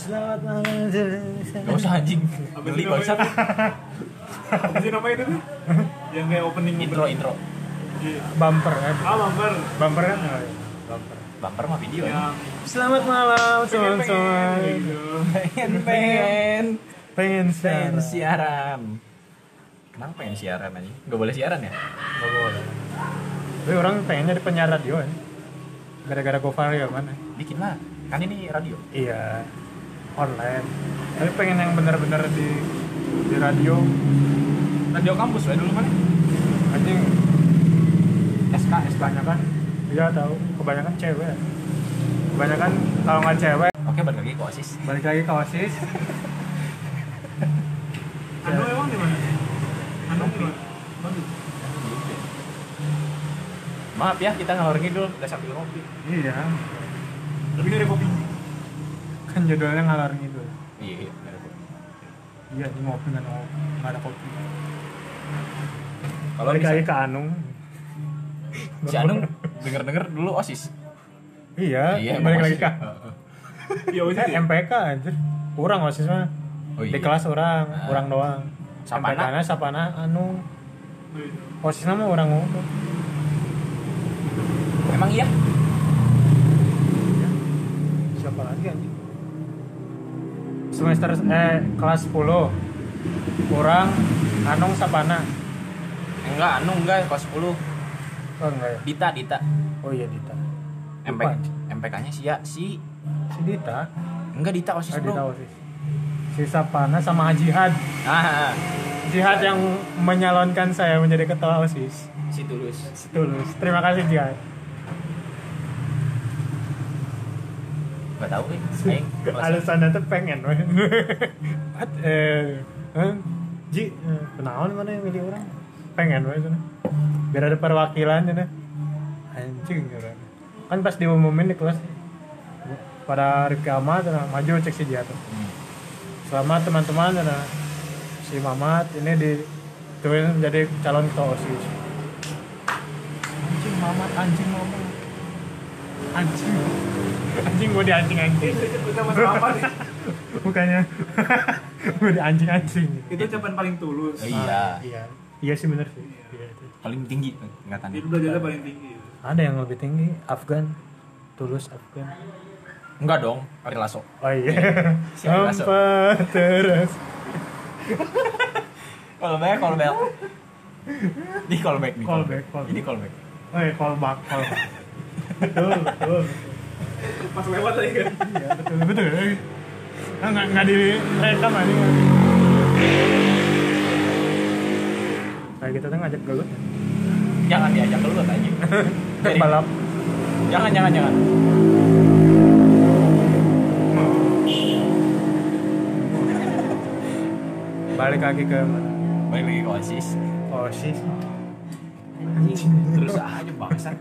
Selamat malam. Gak usah anjing. Beli bangsat. Apa sih namanya itu tuh? Yang kayak opening Intro. Bumper kan? Bumper. Bumper kan? Oh, iya. Bumper. Bumper mah video ya. Yang Selamat malam teman-teman. gitu. Pengen siaran. Kenapa pengen siaran aja? Gak boleh siaran ya? Gak boleh. Tapi orang pengennya di penyiar radio kan? Gara-gara Gofar ya mana? Bikin lah. Kan ini radio. Iya. Online. Tapi pengen yang benar-benar di radio. Radio kampus lah dulu mana? Anjing SK. kebanyakan. Iya tahu. Kebanyakan cewek. Kebanyakan kalau nggak cewek. Oke, balik lagi ke OSIS. Balik lagi ke OSIS. Anu emang di mana? Anu di mana? Maaf ya, kita ngalor ngidul udah sambil ngopi. Iya. Tapi ini ada kopi. Kan judulnya ngalor ngidul. Iya, ada kopi. Iya, ini ngopi nggak ada kopi. Kalau Balik bisa, lagi ke Anung. si Anung denger dulu OSIS. Iya, emang balik lagi OSIS. ke Iya, udah. MPK anjir. Kurang OSIS mah. Oh, iya. Di kelas orang doang. Sapana? MPK-nya Sapana Anung. OSIS-nya mah orang ngomong. Emang iya? Siapa lagi anjing? Semester kelas 10. Kurang Anung Sapana. Enggak, Anung enggak kelas 10. Oh enggak ya? Dita. Oh iya Dita. MPK-nya si Si Dita. enggak Dita OSIS, Dita Bro. OSIS. Si Sapana sama Jihad. Ah, Jihad yang menyalonkan saya menjadi ketua OSIS. si Tulus. Tulus. Terima kasih Jihad. Enggak tahu aing. Alasannya tuh pengen. What? Ji, kenaon mana yang milih orang? Pengen we cenah. Biar ada perwakilan cenah. Anjing orang. Kan pas diumumin di kelas pada Rifki Ahmad cenah maju cek si Jihad. Selamat teman-teman cenah. Si Mamat ini dituin jadi calon ketua OSIS. Anjing Mamat. Anjing gue di anjing. Kita masalah apa nih? Bukannya gue di anjing. Itu ucapan paling tulus. Iya sih bener sih. Iya, itu. Paling tinggi tingkatannya. Itu derajatnya paling tinggi. Ada yang lebih tinggi, Afgan. Tulus Afgan. Enggak dong, Ari Lasso. Oh iya. Sampai terus. Callback. Ini callback. Callback. Ini callback. Oh iya, callback. Betul. Pas lewat lagi kan. Iya, betul. Nggak direkam aja. Kayak gitu tuh ngajak gelut. Jangan diajak dulu aja. Balap. Jangan. Balik lagi ke mana? Balik lagi ke OSIS. OSIS. Terus aja bangsat.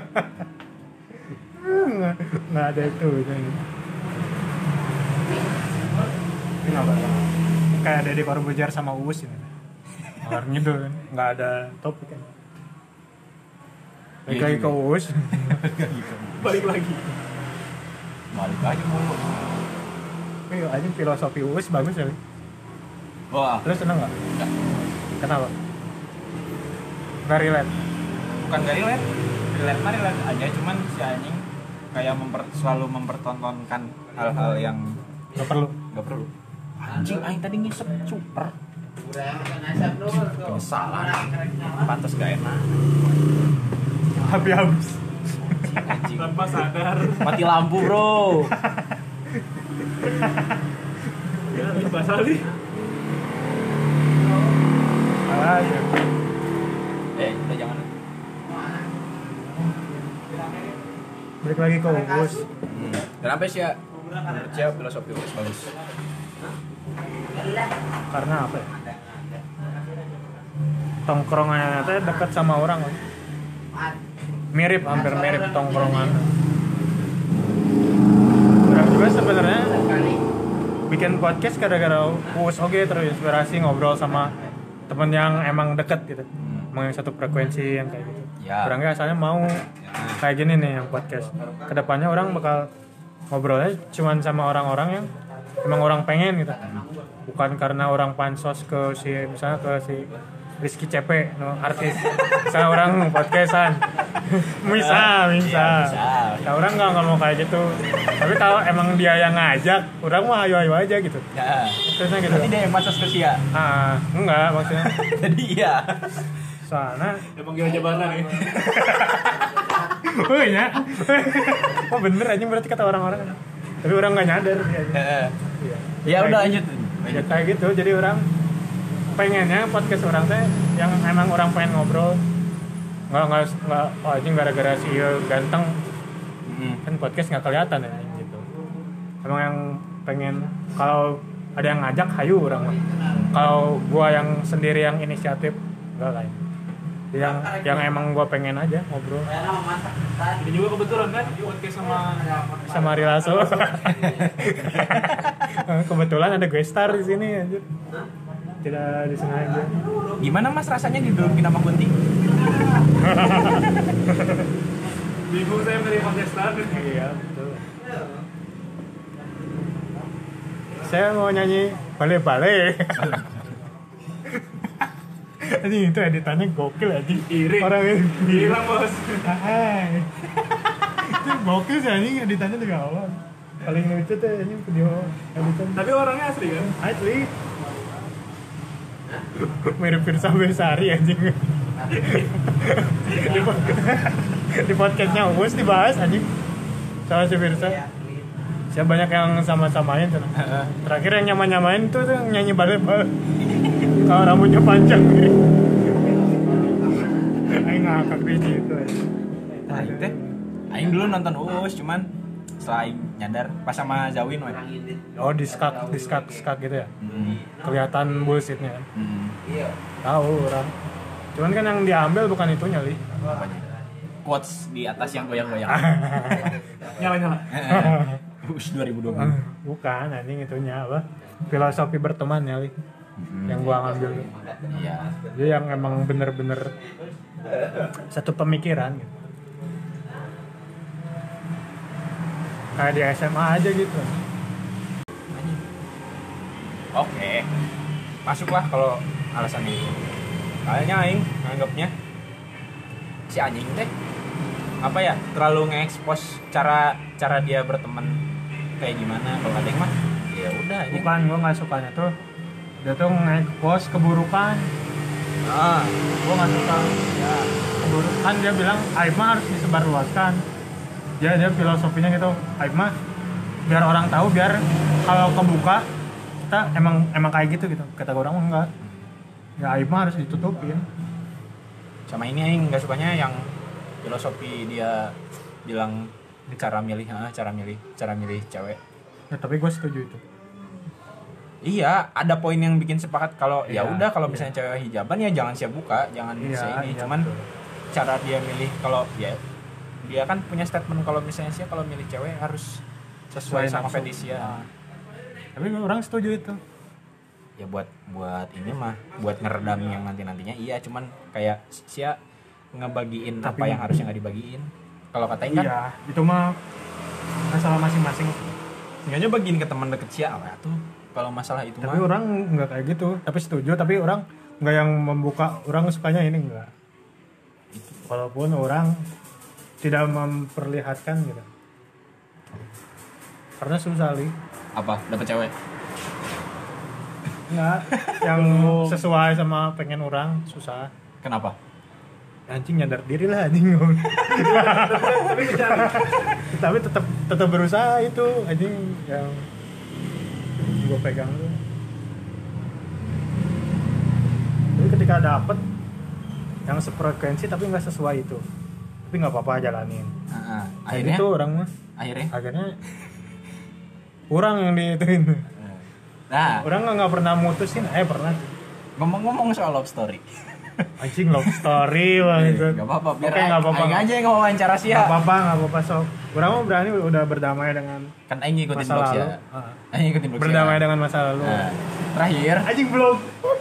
Nggak ada itu ini. Ini nggak apa-apa. Kayak Deddy Corbuzier sama Uus ini. Ngalor ngidul kan, nggak ada topik kan. Balik lagi ke Uus. Balik lagi. Balik aja mulu. Ayo aja filosofi Uus bagus ya. Wah, Terus seneng nggak? enggak. Kenapa? Nggak relate. Bukan gak relate mah relate aja, cuman si anjing kayak selalu mempertontonkan hal-hal yang Nggak perlu. Anjing, aing tadi ngisep super penyesalan, pantas gak enak. Habis. Anjing. Tanpa sadar. Mati lampu, bro. Ya, basah nih. Salah ya. Udah jangan. Balik lagi ke Uus. Kenapa sih ya? Menurut saya filosofi Uus bagus. Karena apa ya? Tongkrongannya teh dekat sama orang kan? Hampir mirip tongkrongan. Orang juga sebenarnya bikin podcast gara-gara Uus oke terinspirasi ngobrol sama temen yang emang deket gitu, emang yang satu frekuensi yang kayak gitu. Ya. Orangnya asalnya mau kayak gini nih yang podcast. Kedepannya orang bakal ngobrolnya cuman sama orang-orang yang emang orang pengen gitu, bukan karena orang pansos ke si misalnya ke si Rizky CP no, artis misalnya orang podcastan misal nah, orang nggak mau kayak gitu, tapi kalau emang dia yang ngajak orang mah ayo aja gitu Ya. terusnya gitu. Berarti dia yang pansos ke Sia. Enggak maksudnya Jadi iya. soalnya Emang gila jabatan nih. oh iya oh bener aja berarti kata orang-orang, tapi orang nggak nyadar ya. Ya udah lanjut. Ya kayak gitu, jadi orang pengennya podcast orang teh yang emang orang pengen ngobrol, nggak oh anjing gara-gara si Ieu ganteng kan podcast nggak kelihatan ya gitu. Emang yang pengen kalau ada yang ngajak hayu orang mah, kalau gua yang sendiri yang inisiatif enggak lain, yang emang gua pengen aja ngobrol Ini juga kebetulan kan podcast sama Rilaso. Kebetulan ada guest star di sini anjir. Tidak disengaja. Gimana Mas rasanya didudukin sama Gunting? bingung saya dari kontestan. Iya, betul. Saya mau nyanyi bale-bale. Anjing itu editannya gokil anjing. Iri. Orang ini Hilang bos. Hai. Itu gokil sih anjing editannya juga awal. Paling lucu tuh anjing video editan. Tapi orangnya asli kan? Asli. Mirip Firsa Besari anjing. Di podcastnya Uus dibahas anjing sama si Firsa. Saya banyak yang sama-samain tuh. Terakhir yang nyama-nyamain tuh yang nyanyi bale-bale. Kalau rambutnya panjang gitu. Aing ngakak di situ aja. Nah, itu Aing dulu nonton Uus, cuman setelah Aing nyadar pas sama Zawin we. Oh, di skak gitu ya. Kelihatan bullshitnya kan. Tahu orang. Cuman kan yang diambil bukan itunya, Li. Apanya? Quotes di atas yang goyang-goyang. Nyala-nyala. Uus 2020. Bukan, anjing itunya apa? Filosofi berteman ya, Li. Yang gua ngambil. Iya. Dia yang emang bener-bener satu pemikiran gitu. Kayak di SMA aja gitu. Oke. Masuklah kalau alasannya itu. Kayaknya Aing nganggapnya si anjing teh apa ya, terlalu nge-expose cara dia berteman kayak gimana. Kalau ada yang mah ya udah anjing. Bukan, gua nggak sukanya tuh dia tuh nge-expose keburukan. Gua nggak suka ya keburukan. Dia bilang aib mah harus disebarluaskan. Dia filosofinya gitu, aib mah biar orang tahu, biar kalau kebuka kita emang kayak gitu. Kata orang mah enggak, ya aib mah harus ditutupin. Sama ini Aing nggak sukanya yang filosofi dia bilang cara milih cewek. Ya tapi gue setuju itu. Iya, ada poin yang bikin sepakat kalau ya Iya, udah kalau misalnya cewek hijaban ya jangan siap buka, jangan bisa ini. Cuman betul. cara dia milih, kalau ya dia kan punya statement kalau misalnya sih kalau milih cewek harus sesuai sama nafsu. fetish ya. Tapi orang setuju itu. Ya buat ini mah buat ngeredam yang nantinya iya, cuman kayak sia ngebagiin Tapi apa yang harusnya nggak dibagiin. Kalau katain kan Iya, itu mah masalah masing-masing. sengaja bagiin ke teman deket sia apa tuh. Kalau masalah itu Tapi mah orang nggak kayak gitu. Tapi setuju. Tapi orang nggak yang membuka. Orang sukanya ini enggak. Walaupun orang tidak memperlihatkan gitu. Karena susah li. apa dapet cewek. Enggak. Yang sesuai sama pengen orang susah. Kenapa? Anjing nyadar diri lah anjing. Tapi tetap berusaha itu anjing yang gue pegang tuh. Jadi ketika dapet yang sefrekuensi tapi nggak sesuai itu, tapi nggak apa-apa jalanin. Akhirnya itu orang mah akhirnya orang yang diituin. Nah, Orang nggak pernah mutusin, pernah. ngomong-ngomong soal love story. Anjing love story banget. Gak apa-apa, biar Oke, nggak apa-apa. Aing aja yang wawancara sih ya. Nggak apa-apa sok. Orang mah berani udah berdamai dengan Kan Aing ngikutin masa blog lalu. ya. Aing ngikutin blog Berdamai ya. dengan masa lalu. Nah, terakhir Anjing belum.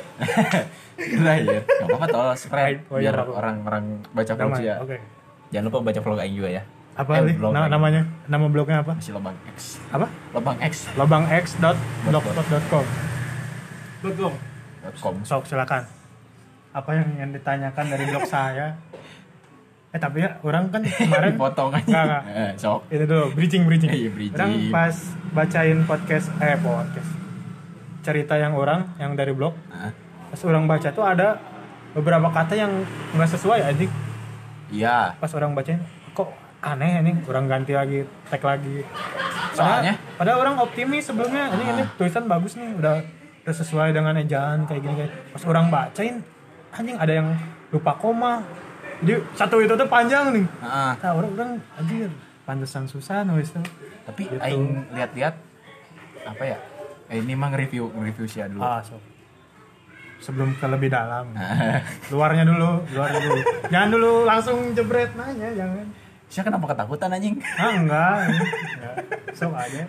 Gak apa-apa tol spread Oh, iya, biar apa-apa. orang-orang baca vlog sih ya. Oke. Jangan lupa baca vlog Aing juga ya. Apa Li? blog lagi. Namanya? Nama blognya apa? Masih Lobang X. Apa? Lobang X. lobangx.blogspot.com. Betul. .com. Sok silakan. Apa yang ingin ditanyakan dari blog saya? Tapi ya orang kan kemarin Potong aja. Nggak. Sok. Itu dulu bridging. Iya, bridging. Orang pas bacain podcast cerita yang dari blog. Nah, Pas orang baca tuh ada beberapa kata yang nggak sesuai anjing. iya. Pas orang bacain kok aneh ini, orang ganti lagi, tag lagi. Soalnya? Padahal orang optimis sebelumnya, ini tulisan bagus nih, udah sesuai dengan ejaan kayak gini. Pas orang bacain, anjing ada yang lupa koma. Jadi satu itu tuh panjang nih. Heeh. Nah, orang anjir, pantesan susah nulis tuh. Tapi Gitu. aing lihat-lihat apa ya? Ini mah nge-review sia dulu. So. Sebelum ke lebih dalam. Luarnya dulu. Jangan dulu langsung jebret nanya, jangan. Sia kenapa ketakutan anjing? Enggak. Sok aja.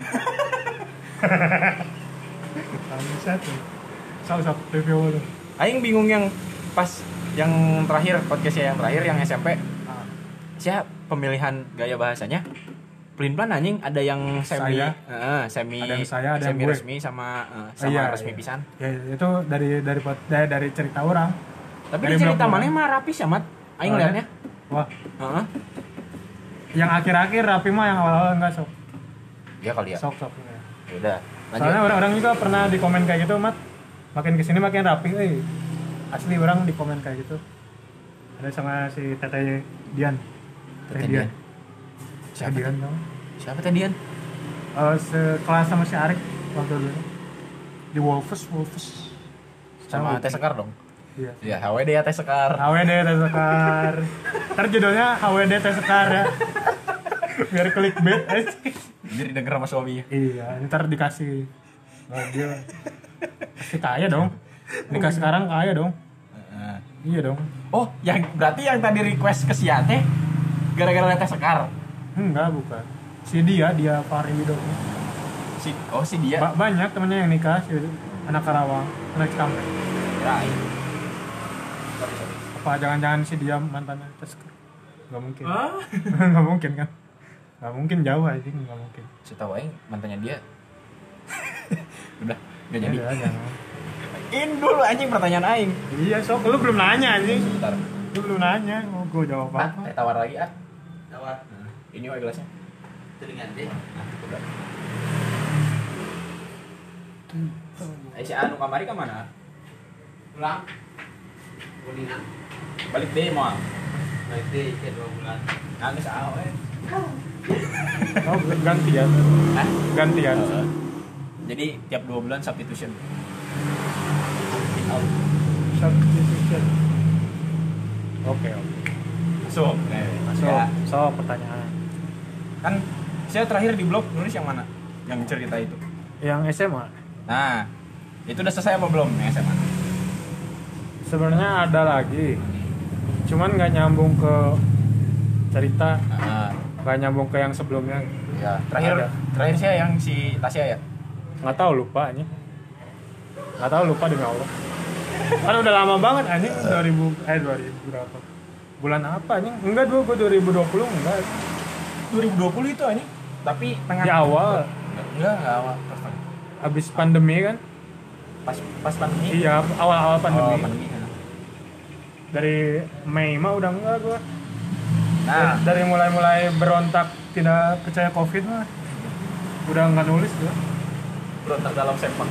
Bangsat tuh. Sok review lu. Aing bingung yang pas yang terakhir podcastnya yang terakhir yang SMP. Sia pemilihan gaya bahasanya pelin-pelan anjing, ada yang semi Saya. semi Ada yang saya, ada yang semi gue. resmi sama Iya, resmi iya. pisan. Ya itu dari cerita orang. Tapi Dari di cerita blog mana orang. mah rapi sih amat. Aing Oh, liatnya. Wah, Heeh. yang akhir-akhir rapi mah, yang awal-awal enggak sok. Ya kali ya. Sok. Ya udah. Soalnya orang-orang juga pernah di komen kayak gitu, Mat. Makin kesini makin rapi, asli orang di komen kayak gitu. Ada sama si Teteh Dian. Teteh Dian. Siapa Dian tau? Siapa teh Dian? Sekelas sama si Arik waktu dulu. Di Wolfes. Sama Teh Sekar dong. Iya. Ya, HWD ya Teh Sekar. HWD Teh Sekar. Ntar judulnya HWD Teh Sekar ya. Biar clickbait aja. Jadi denger sama suami. Iya, ntar dikasih. Oh, dia pasti kaya dong. Nikah sekarang kaya dong. Iya dong. Oh, yang berarti yang tadi request ke si Ate gara-gara Teh Sekar. Enggak, bukan. Si dia Fahri Widodo. Si dia. Banyak temennya yang nikah, si anak Karawang, anak Cikampek. Kirain. Apa jangan-jangan si dia mantannya Teh Sekar? Enggak mungkin. Hah? Enggak mungkin kan? Enggak mungkin, jauh aja, enggak mungkin. Setahu aing mantannya dia. Udah, enggak jadi. Udah, jangan. In dulu anjing pertanyaan aing. Iya, sok lu belum nanya anjing. Bentar. Lu belum nanya, mau gua jawab apa? Tawar lagi ah. Tawar. Ini wae gelasnya. Telingan deh. Udah. Si Anu kamari ke mana? Pulang. Kuningan. Balik deh mau. Baik deh, ke 2 bulan. Nangis awe. Oh, gantian. Hah? Gantian. Jadi tiap 2 bulan substitution. Substitution. Oke. Masuk. Masuk. Ya. So, pertanyaan. Kan saya terakhir di blog nulis yang mana? Yang cerita itu. Yang SMA. Nah, itu udah selesai apa belum yang SMA? Sebenarnya ada lagi. Cuman nggak nyambung ke cerita, nggak nyambung ke yang sebelumnya. Ya, terakhir Ada. terakhir saya yang si Tasya ya. Nggak tahu, lupa aja. Nggak tahu, lupa demi Allah. Kan udah lama banget anjing, 2000 berapa? Bulan apa anjing? Enggak, gua 2020 enggak. 2020 itu anjing. Tapi tengah Di awal enggak awal. habis pandemi kan? Pas pandemi. Iya, awal-awal pandemi. Oh, pandemi. Dari Mei mah udah enggak gua. Nah, Dari mulai berontak tidak percaya Covid mah udah enggak nulis gua. berontak dalam sepak.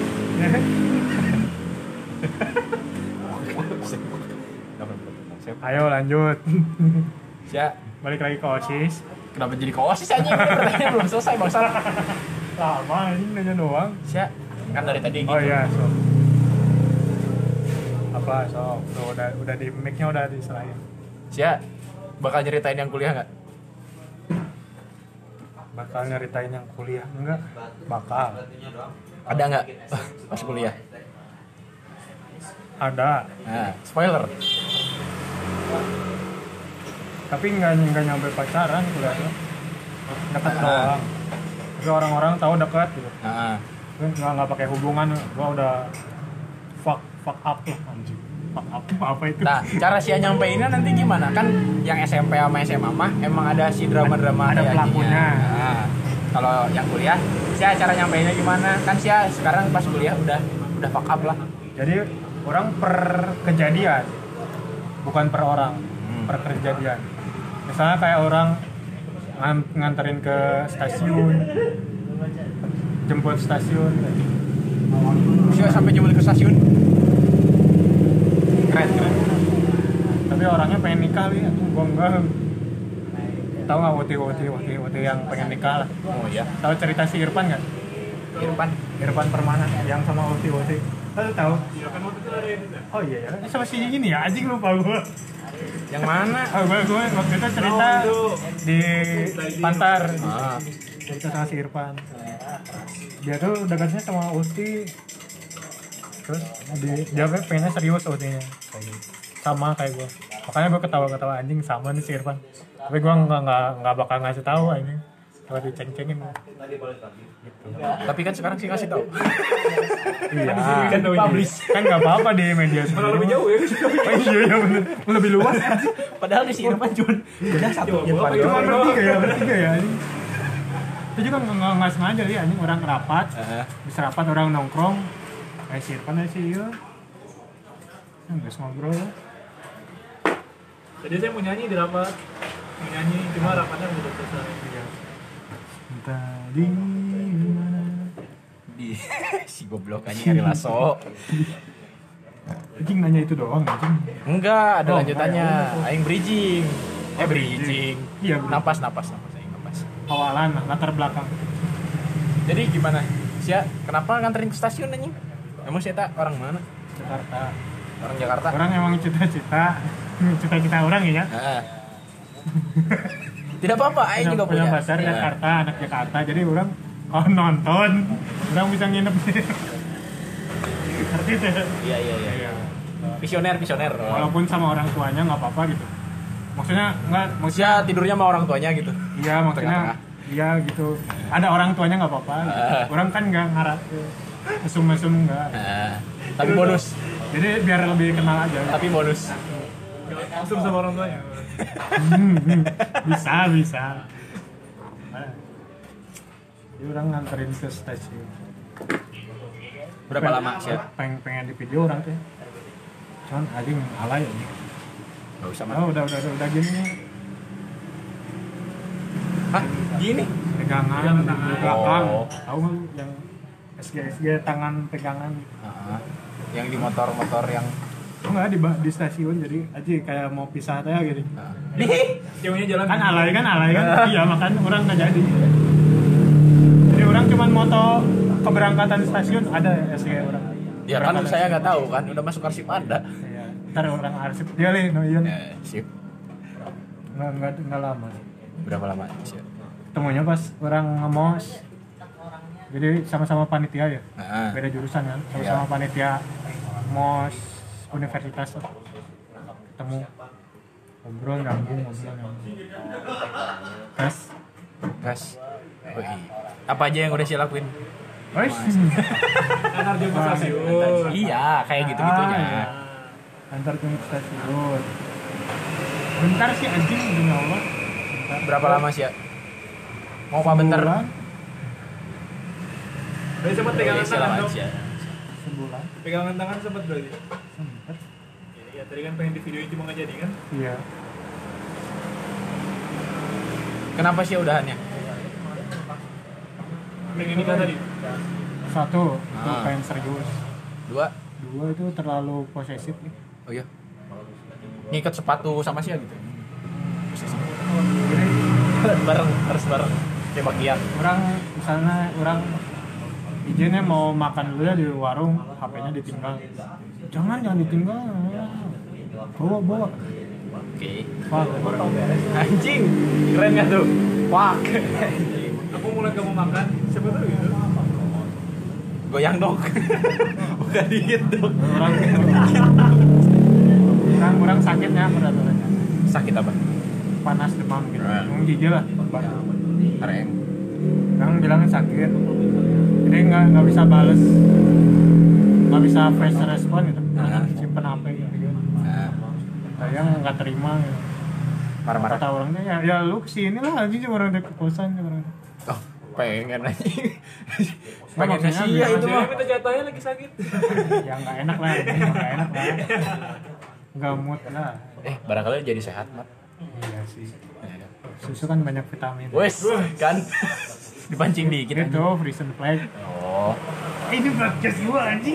Ayo lanjut. Ya, Balik lagi ke OSIS. kenapa jadi kosis anjing? Pertanyaan belum selesai bangsa. Lama ini nanya doang. Ya, kan dari tadi gitu. Oh iya, so. Apa, so? Tuh, udah di mic-nya udah diserahin. Ya, bakal ceritain yang kuliah nggak? Bakal nyeritain yang kuliah enggak? Bakal. Ada nggak pas kuliah? Ada, Nah, spoiler. tapi nggak nyampe pacaran kuliahnya. Dekat Ah. doang. Tapi orang-orang tahu dekat gitu. Nah, Nggak pakai hubungan, gua udah fuck up lah anjing. Apa itu? Nah, cara Sia nyampeinnya nanti gimana? Kan yang SMP sama SMA mah emang ada si drama-drama Ada kayak pelakunya. gininya. Nah, kalau yang kuliah, Sia cara nyampeinnya gimana? Kan Sia sekarang pas kuliah udah fuck up lah. Jadi orang per kejadian, bukan per orang, per kejadian. Misalnya kayak orang nganterin ke stasiun, jemput stasiun. Sia sampai jemput ke stasiun. Keren. Tapi orangnya pengen nikah nih, gua enggak. Tahu nggak Woti yang pengen nikah lah. Oh iya, Tahu cerita si Irfan nggak? Irfan Permana yang sama Woti. Tahu? Iya kan waktu itu ada ini kan? Oh iya ya, sama si ini ya, anjing lupa gua. yang mana? Oh, gue waktu itu cerita di Pantar. Cerita sama si Irfan. Dia tuh dekatnya sama Uti. Terus dia pengennya serius Utinya. Sama kayak gue. Makanya gue ketawa-ketawa anjing sama nih si Irfan. Tapi gue nggak bakal ngasih tahu anjing. Kalau diceng-cengin. Tapi kan sekarang sih kasih tahu. Iya. Kan publish. Kan nggak apa-apa di media sosial. Malah lebih jauh ya. Oh, iya bener. Lebih luas. Padahal di sini Irfan cuma udah satu Coba, Irfan Cuma doang. bertiga ya anjing. Itu juga nggak sengaja ya anjing, orang rapat. Bisa rapat orang nongkrong. Kayak si Irfan aja sih ya. Nggak ngobrol. Jadi saya mau nyanyi di rapat. Mau nyanyi, cuma rapatnya udah selesai. Entah di mana. Di si goblok anjing Ari Lasso. Anjing nanya itu doang anjing. Enggak, ada Oh, lanjutannya. enggak, Aing bridging. Bridging. Iya, bridging. Napas. Awalan latar belakang. Jadi gimana? Sia, kenapa nganterin ke stasiun anjing? Emang Sia tak orang mana? Jakarta. Orang Jakarta. Orang emang cita-cita orang ya. Heeh. Tidak apa-apa, Aing juga punya. Pasar Iya. Jakarta, anak Jakarta. Jadi orang nonton, orang bisa nginep di. Ngerti tuh. Iya. Visioner. Walaupun sama orang tuanya nggak apa-apa gitu. Maksudnya Sia tidurnya sama orang tuanya gitu. iya maksudnya iya gitu. Ada orang tuanya nggak apa-apa. Gitu. Orang kan nggak ngarap mesum-mesum nggak. Tapi bonus. Jadi biar lebih kenal aja. Tapi bonus. Langsung sama orang tuanya. Bisa. Jadi orang nganterin ke stasiun. Berapa lama Sia? Pengen di video orang tuh. Cuman anjing alay aja. Enggak usah mah. Oh, udah gini nih. Hah? Gini? Pegangan di belakang. Oh. Tahu nggak lu yang SG tangan pegangan. Yang di motor-motor yang Enggak di stasiun, jadi aja kayak mau pisah teh gitu. nih Jauhnya jalan. Kan alay kan. Iya, makanya orang nggak jadi. Jadi orang cuman moto keberangkatan stasiun ada SG orang. ya kan saya nggak tahu kan udah masuk arsip Anda. Iya. Ntar orang arsip dia nih, no iya. Sip. Nggak lama. Berapa lama Sia? Ketemunya pas orang ngemos. Jadi sama-sama panitia ya. Beda jurusan kan. Sama-sama panitia mos universitas lah. Ketemu ngobrol nyambung. Tes. Oh, iya. Apa aja yang udah Sia lakuin? Wes. Antar jemput stasiun. Iya, kayak gitu-gitunya. Antar jemput stasiun. Bentar sih anjing demi Allah. Bentar. Berapa lama Sia? Mau apa bentar? Sebulan. Berarti sempat pegangan Sia tangan lama, dong. Sia. Sebulan. Pegangan tangan sempat berarti. Sempet. Iya, tadi kan pengen di videoin cuma nggak jadi kan? Iya. Kenapa Sia udahannya? Pengen nikah tadi. Satu itu pengen serius. Dua. Itu terlalu posesif nih. Oh iya. Ngikat sepatu sama Sia gitu. Jadi harus bareng. Kayak bagian. orang misalnya izinnya mau makan dulu ya di warung, HP-nya ditinggal. Jangan ditinggal. Bawa. Oke. Wah, Anjing. Keren gak tuh? Fuck. Aku mulai kamu makan, siapa tahu gitu. Goyang dong. Bukan dikit dong. orang sakitnya peraturannya. Sakit apa? Panas demam gitu. Menggigil lah. RM. Orang bilangnya sakit. Jadi nggak bisa bales, nggak bisa fast respon gitu. Simpen HP gitu. saya nggak terima gitu. Marah-marah. Kata orangnya ya lu kesini lah anjing cuma orang dari kosan cuma orang. Oh, pengen anjing. Nggak, Pengen maksudnya sih ya biar itu Jadi mah. minta jatahnya lagi sakit. Ya nggak enak lah, nggak enak lah. Nggak mood lah. Barangkali jadi sehat, Mat. Iya sih. Susu kan banyak vitamin. Wes, kan dipancing dikit. Itu Frisian flag. Oh, Ini podcast gua anjing.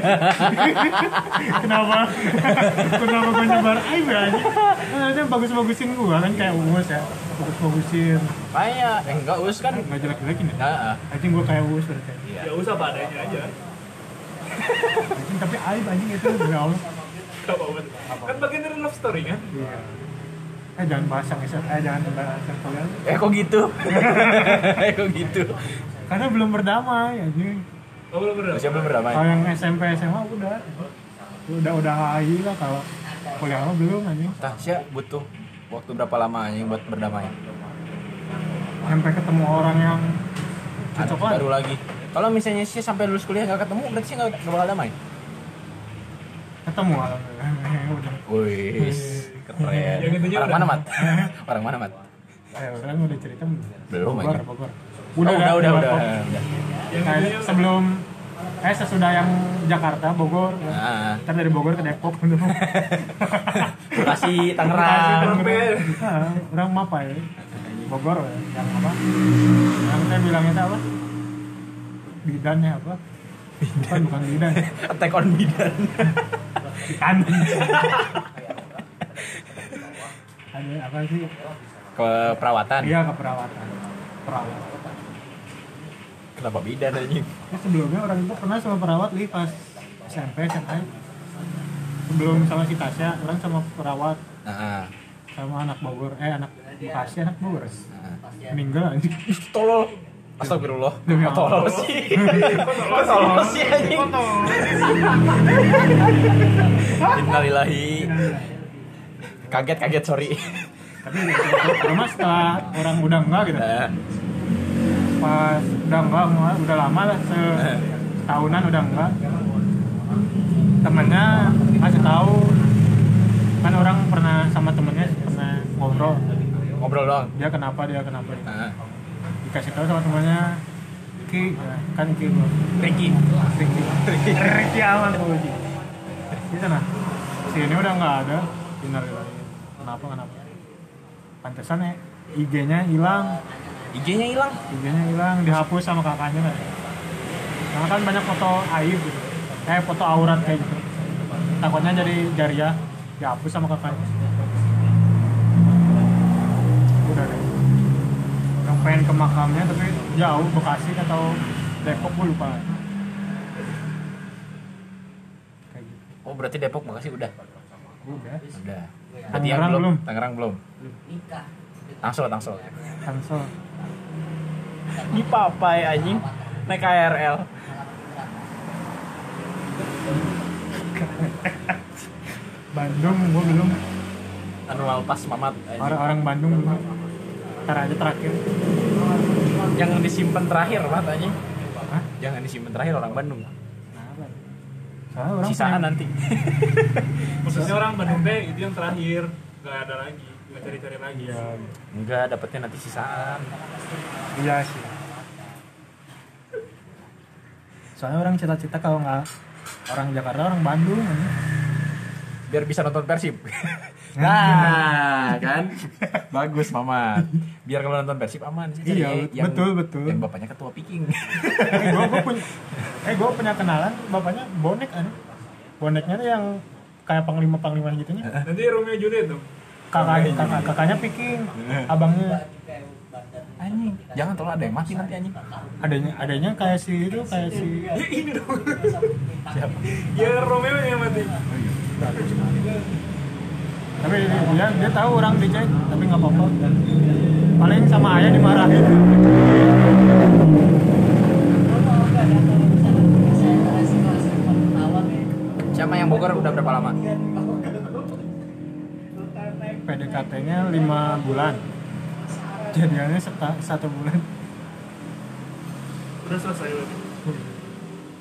Kenapa? Kenapa gua nyebar aib ya anjing? Harusnya bagus-bagusin gua kan kayak Uus ya. Bagus-bagusin. kayak enggak us kan. Enggak jelek-jelekin ya. Nah, Anjing gua kayak Uus berarti. iya. Ya usah padanya aja. Anjing tapi aib anjing itu ya Allah. Gak apa-apa. Kan bagian dari love story kan? Iya. Jangan bahas yang jangan bahas yang kalian. Kok gitu? Kok gitu? Karena belum berdamai anjing. Oh belum bener. Masih belum berdamai. Kalau yang SMP SMA udah hai lah, kalau kuliah mah belum anjing. Tasya butuh waktu berapa lama anjing buat berdamai? Sampai ketemu orang yang cocok lah. Baru lagi. Kalau misalnya sih sampai lulus kuliah gak ketemu, berarti sih gak bakal damai. Ketemu alhamdulillah. Udah. Wih, keren. Yang intinya Orang udah. mana, Mat? Orang mana, Mat? Orang udah cerita Belum, Bogor, anjing. Bogor. Udah. Yang Kayak intinya sebelum sesudah yang Jakarta, Bogor. Nah, Ntar dari Bogor ke Depok gitu. Bekasi, Tangerang. Orang apa ya? Bogor ya. Yang apa? Yang saya bilangnya itu apa? Bidannya apa? Bukan bidan. Attack on Bidan. Ikan. Ada apa sih? Keperawatan. Iya, keperawatan. Perawat. Kenapa Bidan anjing? Ya, sebelumnya orang itu pernah sama perawat li pas SMP, SMA. Sebelum sama si Tasya, orang sama perawat Nah, sama anak Bogor, anak Bekasi, anak Bogor. nah. Meninggal anjing. Tolol. Astagfirullah. Demi Kok tolol Allah. sih? Kok tolol sih anjing? Innalillahi. Kaget sorry. Tapi cuma setelah orang udah enggak gitu. Nah, Pas udah lama lah setahunan udah enggak. Temennya ngasih tahu, kan orang pernah sama temennya pernah ngobrol, ngobrol doang. dia kenapa Nah, dikasih tahu sama temennya Ki, kan Ki bro. Ricky. Ricky aman tuh gitu nah, si ini udah nggak ada. Kenapa pantesan ya IG-nya hilang, IG-nya hilang. dihapus sama kakaknya kan. Karena kan banyak foto aib gitu, kayak foto aurat kayak gitu, takutnya jadi jariah, dihapus sama kakaknya. Udah deh, yang pengen ke makamnya tapi jauh, Bekasi atau Depok gue lupa kayak gitu. Oh, berarti Depok Bekasi udah. Udah Berarti yang Tangerang belum. Tangerang belum. Tangsel. Tangsel. Di papai anjing. Naik KRL. Bandung gue belum, Annual Pass Mamat. orang Bandung belum. Ntar aja terakhir. Yang disimpan terakhir Mat anjing. Hah? Jangan disimpan terakhir orang Bandung. Kenapa? Soalnya orang Sisaan pengen- nanti. Maksudnya orang Bandung teh itu yang terakhir, nggak ada lagi, nggak cari-cari lagi. Iya, Enggak, dapetnya nanti sisaan. iya sih. Soalnya orang cita-cita kalau nggak orang Jakarta, orang Bandung anjing. Biar bisa nonton Persib. Nah, kan? Bagus, Mama. Biar kalau nonton Persib aman sih. Iya, betul. Yang bapaknya ketua Piking. gue punya kenalan bapaknya bonek aneh. Boneknya tuh yang kayak panglima gitunya. Nanti Romeo Juliet dong. Kakaknya Piking, abangnya Anjing, jangan terlalu ada yang mati nanti anjing. adanya kayak si Ya ini dong. Siapa? Ya Romeo yang mati. tapi dia tahu orang dicek tapi nggak apa-apa, paling sama ayah dimarahin. Siapa yang Bogor udah berapa lama? PDKT-nya 5 bulan, jadiannya 1 bulan. Udah selesai berarti.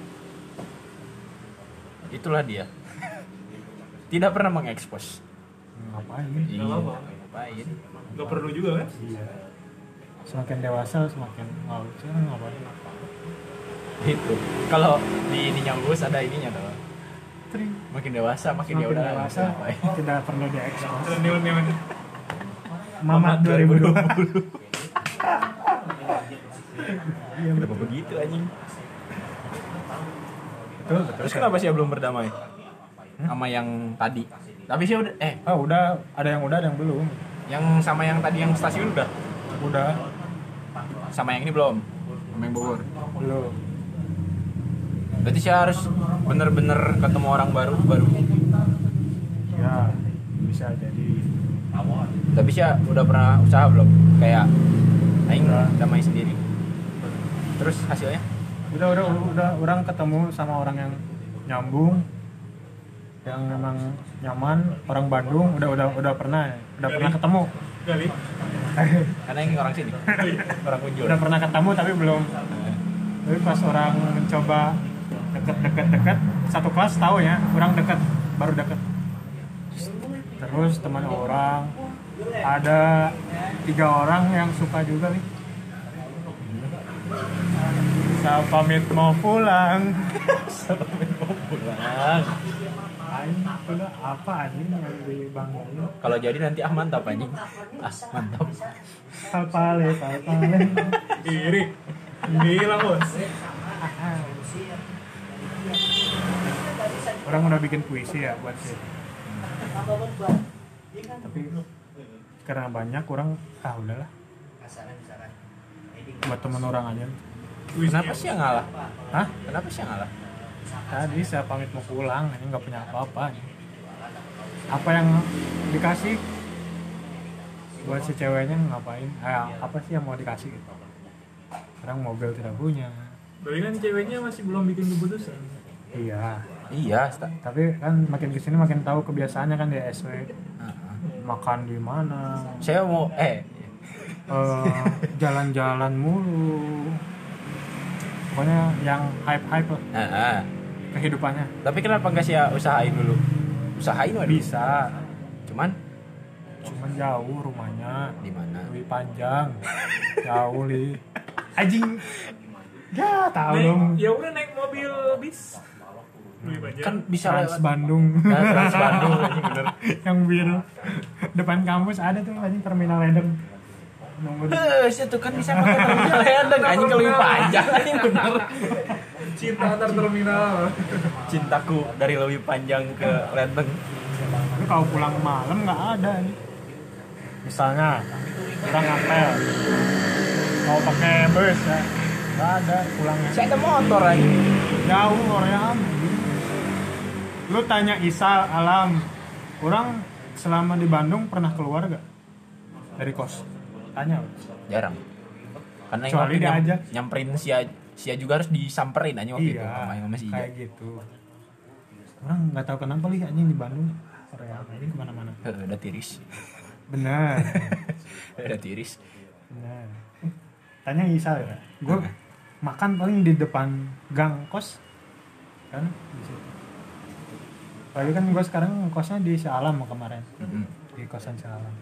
Itulah dia. Tidak pernah mengekspos. Iya, apa-apa. ngapain? Gak perlu juga kan? Iya. Semakin dewasa semakin nggak lucu lah ngapain. Itu. Kalau di ininya Uus ada ininya tuh. Tring. Makin dewasa makin ya Semakin udah dewasa ngapain. tidak perlu diekspos. Neon-neon. Mamat 2020. Iya Kenapa begitu anjing? betul betul. Terus kenapa sih belum berdamai? Sama yang tadi. Tapi sih udah Udah ada yang belum. yang sama yang tadi yang stasiun udah. Udah Sama yang ini belum. Sama yang Bogor. belum. Berarti sih harus bener-bener ketemu orang baru. Ya bisa jadi. Tapi sih udah pernah usaha belum? Kayak aing damai sendiri. Terus hasilnya? Udah orang ketemu sama orang yang nyambung, yang memang nyaman, orang Bandung udah pernah ketemu. Kali. Karena yang orang sini. Orang Unjul. Udah pernah ketemu tapi belum. Tapi pas orang mencoba deket satu kelas tahu ya, orang baru deket. Terus teman orang ada 3 orang yang suka juga nih. Saya pamit mau pulang. Aing udah apa anjing yang dibanggain? Kalau jadi nanti mantap anjing. Mantap. Palpale. Iri. Gila bos. Orang udah bikin puisi ya buat sih. Tapi karena banyak orang udahlah. Buat temen orang aja. Kenapa sih yang ngalah? Hah? Kenapa sih yang ngalah? Tadi saya pamit mau pulang, ini nggak punya apa-apa. Apa yang dikasih buat si ceweknya ngapain? Apa sih yang mau dikasih gitu? Orang mobil tidak punya. Berarti kan ceweknya masih belum bikin keputusan. Iya. Iya, Tapi kan makin kesini makin tahu kebiasaannya kan di SW. Makan di mana? saya mau Jalan-jalan mulu. Pokoknya yang hype lah kehidupannya. Tapi kenapa nggak sih usahain dulu? Usahain waduh. Bisa. Cuman Jauh rumahnya. di mana? Lebih panjang. Jauh li. Anjing. Ya tahu dong. Ya udah naik mobil bis. Lebih banyak. Kan bisa Trans lewat Bandung. Trans Bandung anjing bener. Yang biru. Depan kampus ada tuh anjing terminal Ledeng. Nunggu di Itu kan bisa pakai terminal Ledeng anjing kalau lebih panjang anjing bener. Cinta antar terminal. Cintaku dari lebih panjang ke Ledeng. Lu kalau pulang malam nggak ada nih. Misalnya orang ngapel mau pakai bus ya nggak ada pulangnya. Saya ada motor anjing. Jauh orang. Lu tanya Isa Alam, orang selama di Bandung pernah keluar gak dari kos? Tanya. Jarang. Karena yang Kecuali waktu diajak. nyamperin Sia juga harus disamperin anjing waktu itu sama si Ija. Kayak gitu. Orang nggak tahu kenapa lih anjing di Bandung Korea ini kemana-mana. Udah tiris. Benar. Udah tiris. Benar. Tanya Isa ya. Gue makan paling di depan gang kos kan di situ. Apalagi kan gue sekarang kosnya di Sialam kemarin. Di kosan Sialam.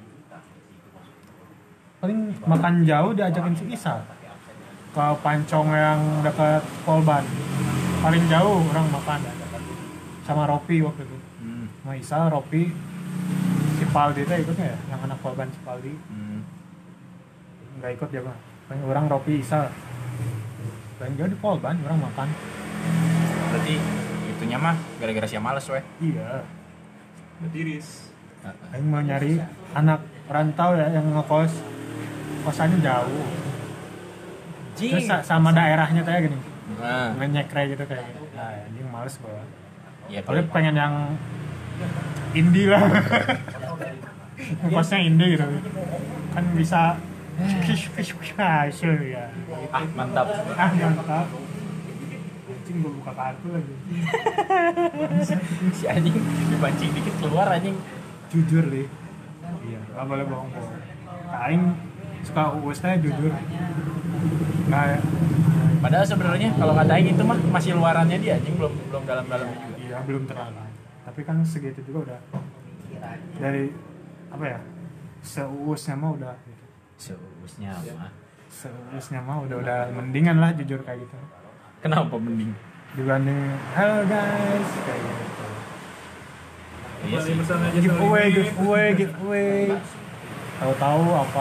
Paling makan jauh diajakin si Isa ke Pancong yang dekat Polban. Paling jauh orang makan sama Ropi waktu itu. Sama Isa, Ropi, si Paldi itu ikutnya ya, yang anak Polban si Paldi. Nggak ikut ya bang. Paling orang Ropi, Isa. Paling jauh di Polban orang makan. Berarti itunya mah gara-gara Sia males weh. Iya. Betiris. Aing mau nyari anak rantau ya yang ngekos kosannya jauh. Terus sama daerahnya kayak gini. Ngenyekre gitu kayak gitu. Nah, anjing males gua. Ya Tapi pengen yang indie lah. Ngekosnya indie gitu. Kan bisa ya. mantap. Mantap. Anjing gua buka kartu lagi. Si anjing dipancing dikit keluar anjing. Jujur li. Iya, enggak boleh bohong-bohong. Aing suka uusnya jujur. Nggak, Padahal sebenarnya kalau ngatain itu mah masih luarannya dia anjing belum dalam-dalamnya juga. iya belum terlalu. Tapi kan segitu juga udah dari apa ya, seuusnya mah udah gitu. Seusnya mah. Seuusnya mah udah mendingan lah jujur kayak gitu Kenapa mending? dibanding halo guys kayak gitu. Iya Kembali sih. pesan aja giveaway tahu-tahu apa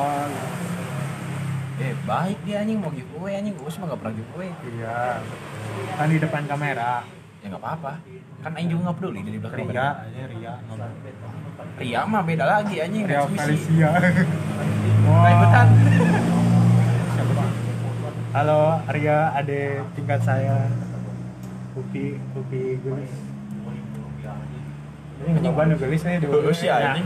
Baik dia anjing mau giveaway anjing. Gue mah gak pernah giveaway. iya kan di depan kamera Ya gak apa-apa. Kan aing juga gak peduli dari belakang ria kamera. aja ria ngomong. Ria mah beda lagi anjing. Ria transmisi. Felicia Ribet-an. halo Ria ade tingkat saya Upi gelis ini nyoba gelis nih dulu Oh, si anjing.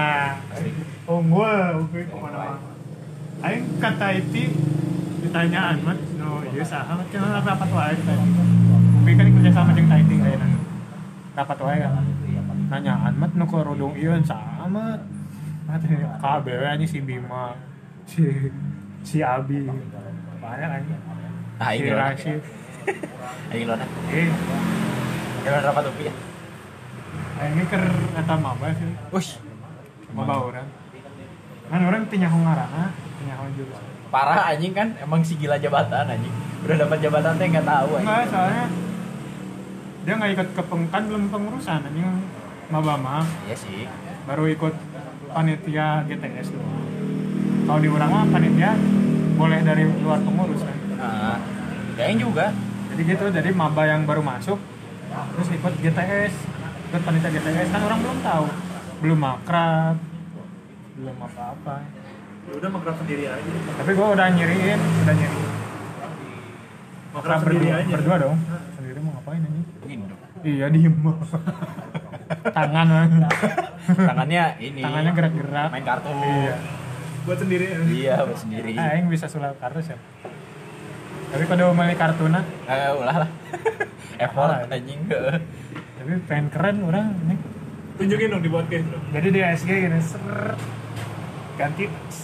unggul Upi kemana-mana aing kata itu ditanyaan mat no iya saha mat cenah rapat wae tadi Upi kan kerja sama jeung Taiting ayeuna rapat wae kan nanyaan mat nu kerudung ieu saha mat kabeh anjing si Bima si Abi banyak anjing Aing si lo. Rashid Aing lo. Jalan rapat Upi ya. ini ker eta maba sih Ush. maba orang kan orang teu nyaho ngaranna teu nyaho jurusan Parah anjing kan emang si gila jabatan anjing. Udah dapat jabatan teh enggak tahu anjing. enggak soalnya dia nggak ikut ke kan belum pengurusan anjing maba mah Iya sih. baru ikut panitia GTS doang kalau di orang mah panitia boleh dari luar pengurus kan Nah, ya Aing juga. jadi gitu jadi maba yang baru masuk terus ikut GTS ikut panitia GTS kan orang belum tahu belum akrab belum apa-apa Ya udah makrab sendiri aja. tapi gua udah nyiriin Makrab sendiri aja. berdua dong sendiri mau ngapain ini Induk. iya diem tangan Tangannya ini. tangannya gerak-gerak Main kartu. iya Buat sendiri ya. Iya, buat sendiri. aing bisa sulap kartu siapa tapi pada beli kartuna Ulah lah. Effort Alah. anjing. tapi pengen keren orang nih Tunjukin dong di podcast dong. jadi di SG gini ser ganti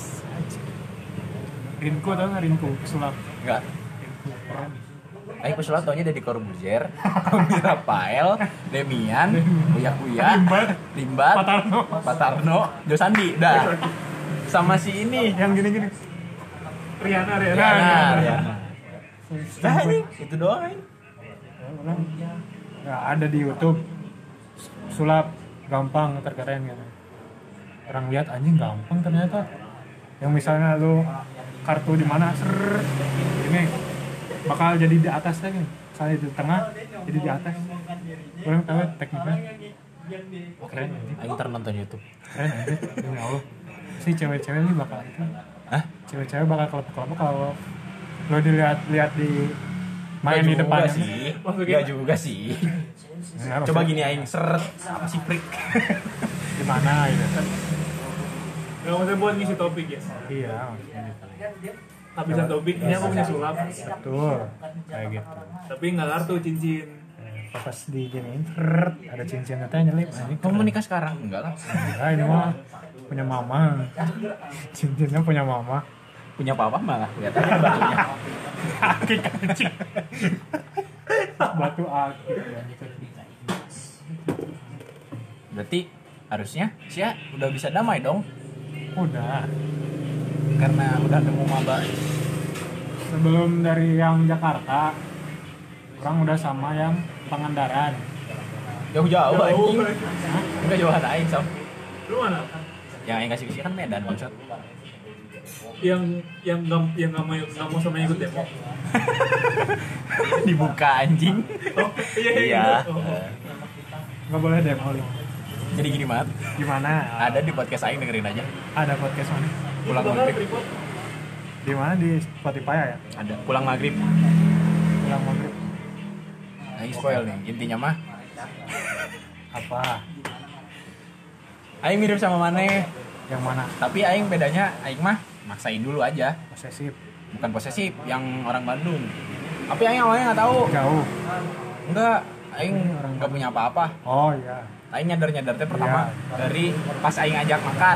Rinku tau nggak Rinku pesulap Enggak. Rinku keren Aing pesulap taunya dari Corbuzier, Rafael, Demian, Uya, Limbat, Patarno, Josandi, dah. Sama si ini. yang gini-gini Riana. Riana. Dah anjing, itu doang anjing. orang nggak ada di YouTube sulap gampang terkeren gitu orang lihat anjing gampang ternyata yang misalnya lu kartu di mana ser ini bakal jadi di atas lagi misalnya di tengah jadi di atas orang tahu tekniknya keren anjing Aing ntar nonton YouTube. keren anjing demi Allah si cewek-cewek ini bakal itu Hah? cewek-cewek bakal kelompok-kelompok kalau lo dilihat di main di depannya sih. Maksudnya? Enggak juga sih. Nah, Coba maksudnya gini aing seret apa sih prik. di mana gitu Gak usah buat ngisi topik ya. iya maksudnya gitu. Habisan topik, ini aku punya sulap. betul kayak gitu Tapi nggak kartu cincin. pas di giniin ada cincinnya teh nyelip anjing Kamu mau nikah sekarang? Enggak lah. enggak ini mah punya mama cincinnya punya mama Punya papa malah lihat aja batunya. akik anjing batu akik Berarti harusnya Sia udah bisa damai dong udah karena udah nemu maba. sebelum dari yang Jakarta orang udah sama yang Pangandaran Jauh-jauh anjing. Hah? Enggak jauhan aing sam. Lu mana? Yang aing kasih kan Medan maksud. Yang nggak mau sama ikut demo. Dibuka anjing. Oh iya. Iya. Oh. nggak boleh demo lu Jadi gini mat, gimana ada di podcast aing dengerin aja. ada podcast mana Pulang Bakal maghrib. tripod. di mana di Spotify ya Ada pulang maghrib. pulang maghrib Aing spoil nih. Intinya mah apa aing mirip sama Maneh, yang mana tapi aing bedanya aing mah maksain dulu aja. posesif Bukan posesif yang orang Bandung. Tapi aing awalnya nggak tahu. jauh Enggak, aing nggak punya apa-apa. oh iya Aing nyadar teh pertama Iya. dari pas aing ajak makan.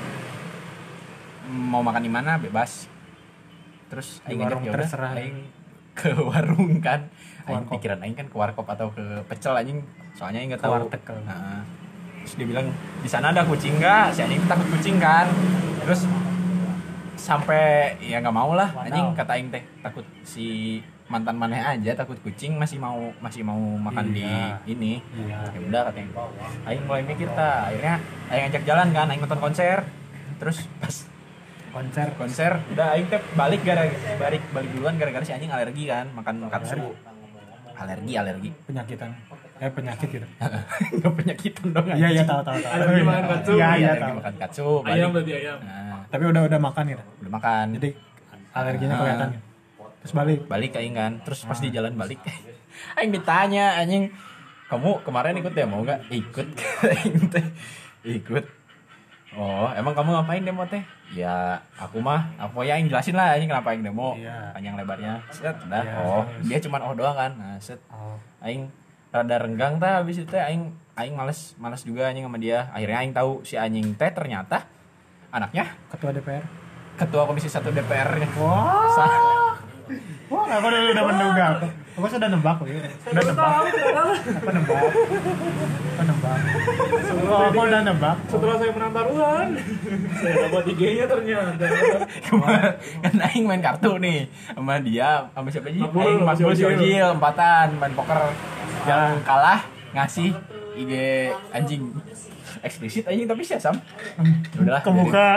Mau makan di mana bebas. Terus Di aing ajak warung yaudah, terserah. aing ke warung kan. Aing Warkop. pikiran aing kan ke warkop atau ke pecel anjing. Soalnya aing enggak Ke tahu. warteg kalau. Heeh. Terus dia bilang di sana ada kucing nggak? Si anjing takut kucing kan. Terus sampai ya nggak mau lah anjing, kata aing teh takut si mantan maneh aja takut kucing masih mau makan di ini. Ya udah katanya. Aing mulai mikir akhirnya aing ngajak jalan kan, aing nonton konser. Terus pas konser udah aing teh balik duluan gara-gara si anjing alergi kan makan katsu. Alergi penyakit gitu. Enggak penyakitan dong. Iya tahu. Alergi makan katsu. Iya tahu. Makan katsu. Ayam berarti ayam. Nah, tapi udah makan gitu. udah makan. Jadi alerginya kelihatan gitu. Terus balik aing kan. Terus pas di jalan balik aing ditanya anjing, "Kamu kemarin ikut demo enggak?" "Ikut." Aing teh ikut. "Oh, emang kamu ngapain demo teh?" "Ya, aku ya aing jelasin lah anjing kenapa aing demo." Iya. Panjang lebarnya. Set dah. Iya, Oh, terus. dia cuman doang kan. Nah, set. Oh. Aing rada renggang habis itu aing males juga anjing sama dia. Akhirnya aing tahu si anjing teh ternyata anaknya Ketua DPR. ketua komisi 1 DPR-nya. Wah, aku udah menduga. Aku sudah nebak ya. Udah nebak. Aku nebak. Aku udah nebak. Setelah saya menang taruhan, saya dapat IG-nya ternyata. Kan aing main kartu nih sama dia, sama siapa sih? Makbul, Aing Makbul si Ojil. Ojil empatan main poker. Yang kalah ngasih IG anjing. Eksplisit anjing tapi sih Sam. Udahlah. Kebuka.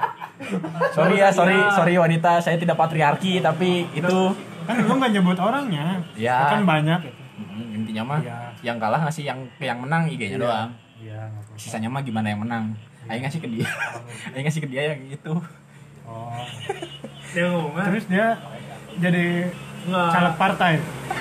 Sorry wanita, saya tidak patriarki tapi itu Kan lu nggak nyebut orangnya. Ya. Kan banyak gitu. Intinya mah Iya. yang kalah ngasih yang menang IG-nya doang. Iya, nggak apa-apa. Sisanya mah gimana yang menang. Aing ngasih ke dia. Aing ngasih ke dia yang itu. Oh. Dia ngomong kan? Terus dia jadi Nggak. caleg partai.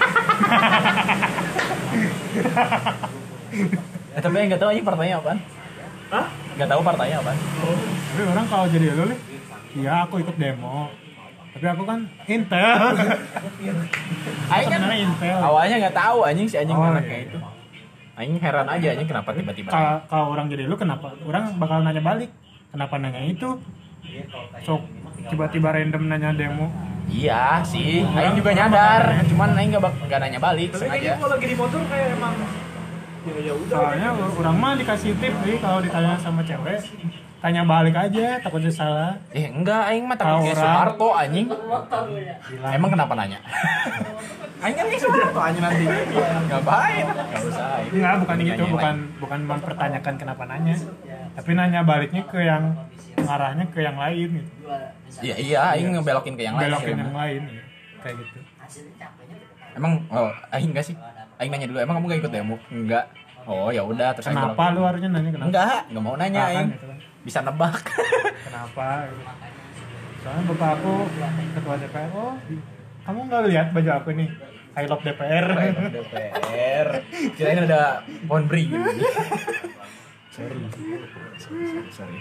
Tapi yang nggak tahu aja partainya apaan. Hah? Nggak tahu partainya apaan. Tapi orang kalau jadi lu nih, iya aku ikut demo. Tapi aku kan Intel. Aing kan Sebenarnya Intel. awalnya nggak tahu anjing si anjing Oh, anaknya iya. itu. Aing heran aja anjing kenapa tiba-tiba. Kalau orang jadi lu kenapa? Orang bakal nanya balik. Kenapa nanya itu? Sok tiba-tiba random nanya demo. Iya sih, Aing juga nyadar. Cuman Aing nggak nanya balik Tapi sengaja. kayaknya kalau lagi di motor kayak emang ya udah. Soalnya orang mah dikasih tip nih kalau ditanya sama cewek, tanya balik aja, takutnya salah. Enggak, Aing mah takut kayak Orang. Soeharto anjing. Emang kenapa nanya? Aing kan kayak Soeharto anjing nanti. Ngapain? Enggak usah. Aing. Enggak, bukan gitu, Nanya bukan mempertanyakan kenapa nanya. Tapi nanya baliknya ke yang arahnya ke yang lain gitu. Iya, Aing ngebelokin ke yang lain. Belokin sih, yang emang. lain gitu. Kayak gitu. Emang Aing enggak sih? Aing nanya dulu, emang kamu gak ikut demo? Enggak. Oh, ya udah terus Aing Kenapa lu harusnya nanya kenapa? Enggak mau nanya Nah, kan, Aing. gitu kan. Bisa nebak. Kenapa? Gitu. Soalnya bapak aku ketua DPR. Oh, kamu nggak lihat baju aku nih? I love DPR. DPR. Kirain ada pohon beringin. Sorry.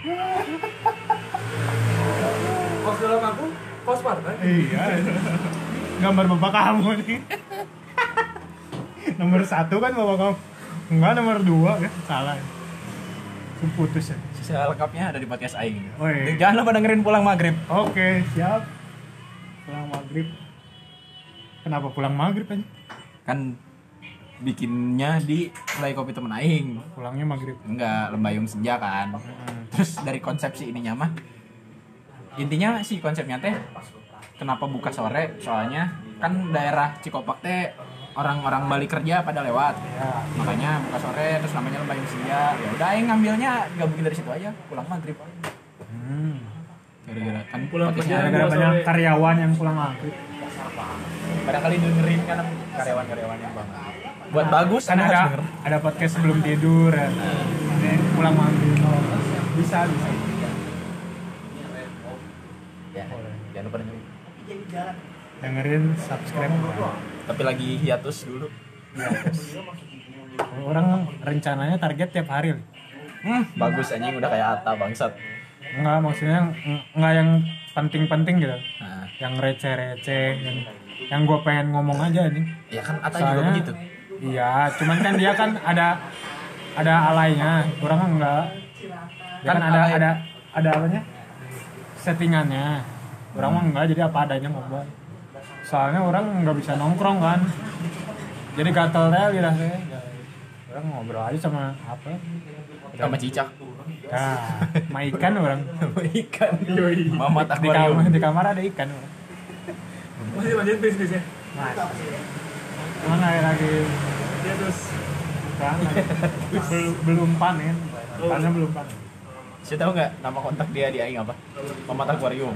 Kos dalam aku, kos partai. Iya. Gambar bapak kamu nih. Nomor 1 kan bapak kamu. Enggak, nomor 2 ya. Salah. Itu putus ya. Sisa lengkapnya ada di podcast Aing. Oh, iya. Jangan lupa dengerin pulang maghrib. Oke, siap. Pulang maghrib. Kenapa pulang maghrib aja? Kan bikinnya di Helai Kopi Temen Aing. Pulangnya maghrib. Enggak, Lembayung Senja kan. Terus dari konsepsi ininya mah intinya sih konsepnya teh kenapa buka sore? Soalnya kan daerah Cikopak teh orang-orang balik kerja pada lewat. Ya. Makanya buka sore terus namanya Lembayung Senja. Ya udah aing ngambilnya gabungin dari situ aja, pulang maghrib. Gara-gara kan Pulang podcastnya kerja. Gara-gara Gua banyak sore. karyawan yang pulang maghrib. barangkali dengerin kan karyawan-karyawan yang banget. Buat bagus Kan Anda harus ada denger. ada podcast sebelum tidur ya. Ini pulang maghrib. Oh, bisa. Ya, jangan lupa dengerin. Dengerin, subscribe. Tapi lagi hiatus dulu. Orang rencananya target tiap hari. Bagus anjing udah kayak Atta bangsat. Enggak, maksudnya enggak yang penting-penting gitu. Nah, Yang receh-receh, yang gue pengen ngomong aja nih. ya kan Atta juga begitu. Iya, cuman kan dia kan ada alainya, orang mah enggak. Dia kan alay. ada apanya? Settingannya. Orang mah enggak, jadi apa adanya ngomong. Soalnya orang nggak bisa nongkrong kan. Jadi gatel deh lidah saya. Orang ngobrol aja sama apa? Sama cicak. Nah, sama ikan orang. Ikan. Yoi. Mamat Di kamar, akuarium. di kamar ada ikan. Orang. Masih lanjut bisnisnya. Mas. Mana lagi Dia terus kan belum panen. Panennya belum panen. Saya tahu nggak nama kontak dia di Aing apa? Mamat akuarium.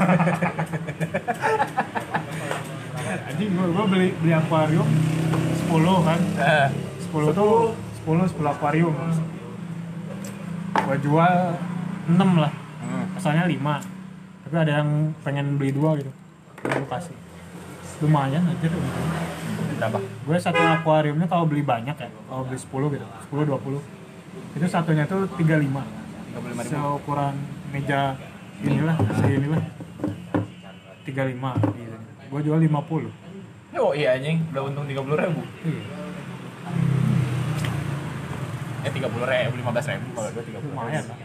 Anjing gua beli akuarium 10 kan. 10 tuh 10 akuarium. Gua jual 6 lah. Asalnya 5. Tapi ada yang pengen beli 2 gitu. Gua kasih. Lumayan aja tuh. Berapa? Gue satu akuariumnya kalau beli banyak ya, kalau beli 10 gitu, 10 20. Itu satunya tuh 35. 35.000. Seukuran meja inilah, seginilah. 35 gitu. Gue jual 50. Oh iya anjing, udah untung 30.000. Iya. 30.000, 15.000 kalau gue 30.000. Lumayan lah.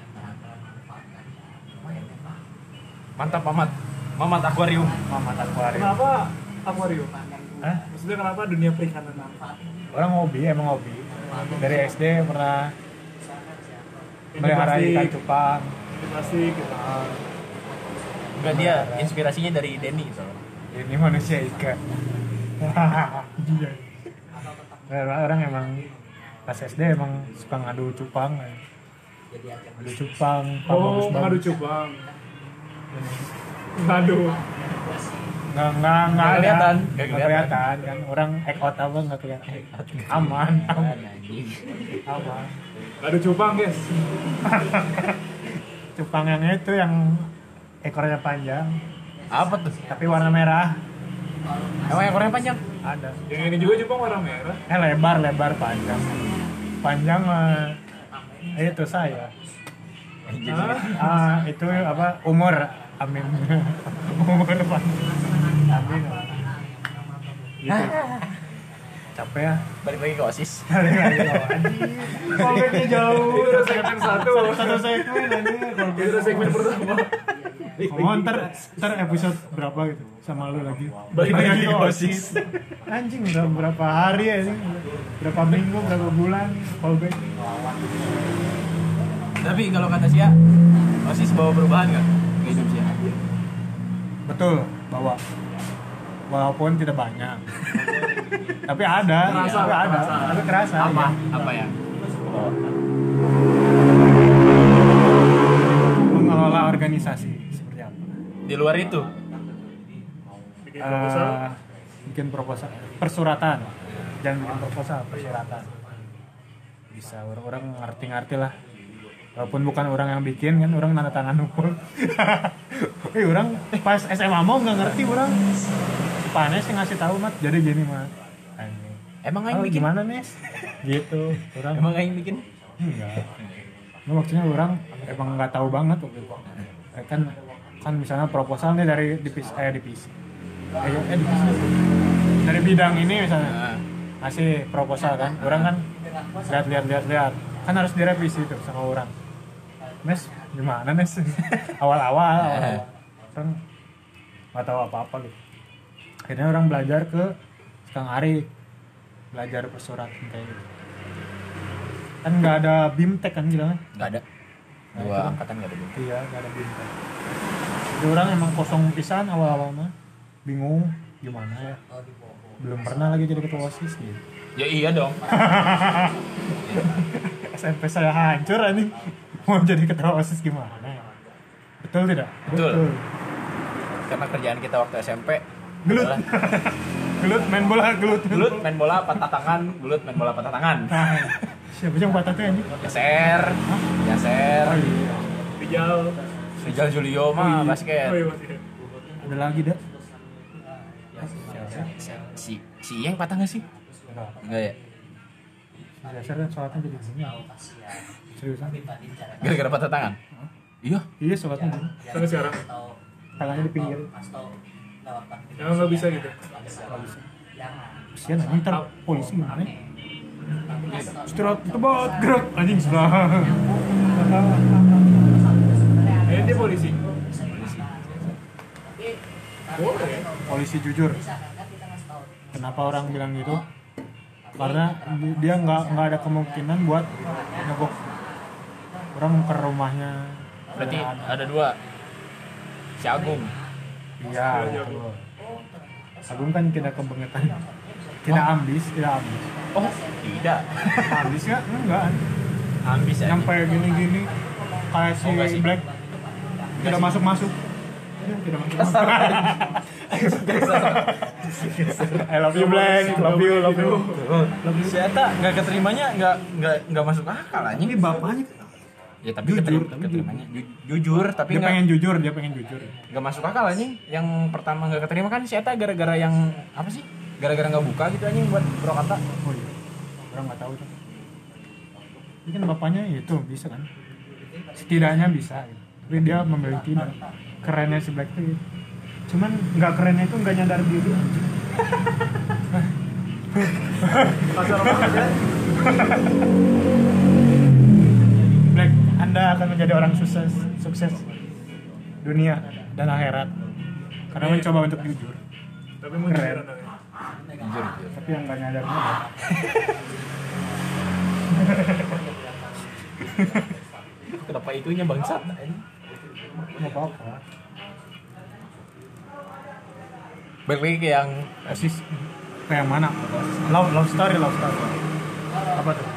Mantap Mamat. Mamat akuarium. Mamat akuarium. kenapa akuarium? Hah? Maksudnya kenapa dunia perikanan? Orang hobi, emang hobi. Dari SD pernah Ini melihara plastik, ikan cupang. ini plastik gitu. Enggak, dia inspirasinya dari Denny gitu. Ini manusia ikan. Orang emang pas SD emang suka ngadu cupang. Ngadu cupang, Oh, ngadu cupang. Ngadu. Nggak Nggak kelihatan. nggak kelihatan kan orang act out apa nggak kelihatan aman Anjing. aman Ngadu cupang, guys. cupang yang itu yang ekornya panjang Apa tuh? tapi warna merah Emang ekornya panjang? ada Yang ini juga cupang warna merah. lebar panjang itu saya Hah? itu apa umur amin umur panjang amin gitu capek ya Balik lagi ke OSIS. balik lagi anjing kolbeknya jauh Itu udah segmen 1. satu segmen anjing Itu udah segmen pertama. oh ntar episode berapa gitu sama lu lagi Balik lagi ke OSIS anjing udah berapa hari ya ini berapa minggu berapa bulan callback Tapi kalau kata Sia, OSIS bawa perubahan nggak ke hidup Sia? betul bawa walaupun tidak banyak tapi ada Kerasa, tapi ada kerasa. tapi kerasa Apa? ya. Apa ya? Mengelola organisasi seperti apa Di luar itu, Bikin proposal. bikin proposal persuratan jangan bikin proposal persuratan bisa orang-orang ngerti-ngerti lah walaupun bukan orang yang bikin kan orang tanda tangan hukum orang pas SMA mau nggak ngerti orang panes yang ngasih tahu mat jadi gini mat emang aing oh, bikin? gimana Nes gitu orang Emang aing bikin? enggak nah, maksudnya orang emang nggak tahu banget waktu itu kan misalnya proposal nih dari divisi dari bidang ini misalnya Nah, ngasih proposal kan orang kan lihat kan harus direvisi tuh sama orang Nes gimana Nes awal-awal orang nggak tahu apa-apa gitu akhirnya orang belajar ke Kang Ari belajar persuratan kayak gitu kan nggak ada BIMTEK kan bilangnya nggak ada. Nah, Dua itu kan. angkatan nggak ada BIM. Iya nggak ada BIMTEK jadi orang emang kosong pisan awal-awal mah bingung gimana ya belum pernah lagi jadi ketua OSIS gitu Ya iya dong. SMP saya hancur ini mau jadi ketua OSIS gimana ya betul tidak? Betul. Karena kerjaan kita waktu SMP Gelut. adalah Gelut main bola gelut gelut main bola patah tangan, gelut main bola patah tangan. nah, siapa yang patah tuh ini? Yaser, Yaser, Oh iya Rijal. Rijal Julio mah basket. Oh iya, masih. ada lagi dah Si Iyeng patah nggak sih? enggak Enggak ya. dasar kan sholatnya jadi gini seriusan Gara-gara patah tangan. Iya. iya sholatnya gini Sampai sekarang. tangannya di pinggir Emang nggak bisa gitu. kesian anjing ntar polisi gimana ya istirahat tebak gerak anjing sebelah Dia polisi. Boleh. polisi jujur kenapa orang bilang gitu karena dia nggak ada kemungkinan buat nyogok orang ke rumahnya. Berarti ada dua. Si Agung. Iya, betul. Agung kan tidak kebangetan, tidak ambis. Oh, tidak. Ambis ya? Enggak. Ambis ya. Sampai gini-gini kayak si Enggak sih. Black tidak sih. masuk. Tidak masuk. I love you Black, love you. Si Eta nggak keterimanya nggak masuk akal anjing. Ini bapaknya Ya tapi Jujur, keterimanya jujur tapi dia nggak pengen jujur. nggak masuk akal anjing. Yang pertama nggak keterima kan si Eta gara-gara yang apa sih? Gara-gara nggak buka gitu anjing buat Purwakarta. Oh iya, orang nggak tahu tuh. Ini kan bapaknya itu bisa kan, setidaknya bisa. Gitu. Tapi dia memiliki dan kerennya si Black tuh. Gitu. Cuman nggak kerennya itu nggak nyadar diri. Anjing. Kasar banget ya. Black, Anda akan menjadi orang sukses dunia dan akhirat karena mencoba untuk jujur. Tapi mau jujur Keren. anaknya. Jujur. Tapi yang nggak nyadarnya apa? Kenapa itunya bangsat anjing? Nggak apa-apa. Balik lagi ke yang Asis kayak mana? Love story. Apa tuh?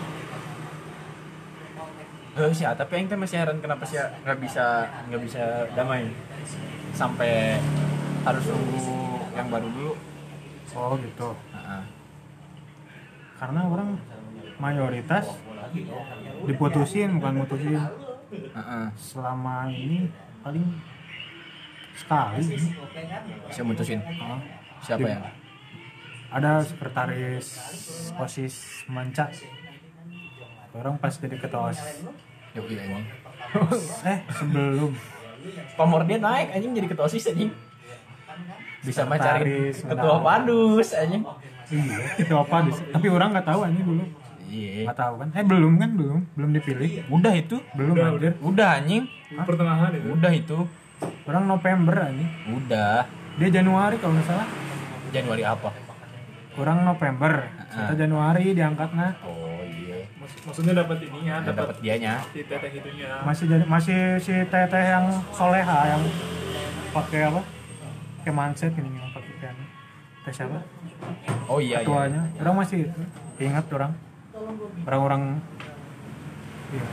si Ata, tapi yang masih heran kenapa sih nggak bisa damai sampai harus nunggu yang baru dulu. Oh gitu. Heeh. Karena orang mayoritas diputusin bukan mutusin. Heeh. Selama ini paling sekali. Siapa mutusin? Heeh. Siapa ya? Ada sekretaris OSIS Manca. Orang pas jadi ketua OSIS. Yuk anjing. Sebelum Pamor dia naik anjing jadi ketua OSIS anjing. Bisa mah cari Sekretaris, ketua menang. padus anjing. iya ketua apa sih? Tapi orang nggak tahu anjing dulu. Iya. Nggak tahu kan? Belum dipilih. Udah itu. Belum anjir. Udah anjing. Pertengahan itu. Udah itu. Orang November anjing. Udah. Dia Januari kalau nggak salah. Januari apa? Orang November. Kita Januari diangkatnya. Oh iya. Maksudnya dapat ini ya, Dapat dianya. si teteh itunya. Masih si teteh yang soleha yang pakai apa? Pakai manset ini yang pakai kan. Teh siapa? Oh iya iya. Ketuanya. Orang masih itu. Ingat orang. Orang-orang iya.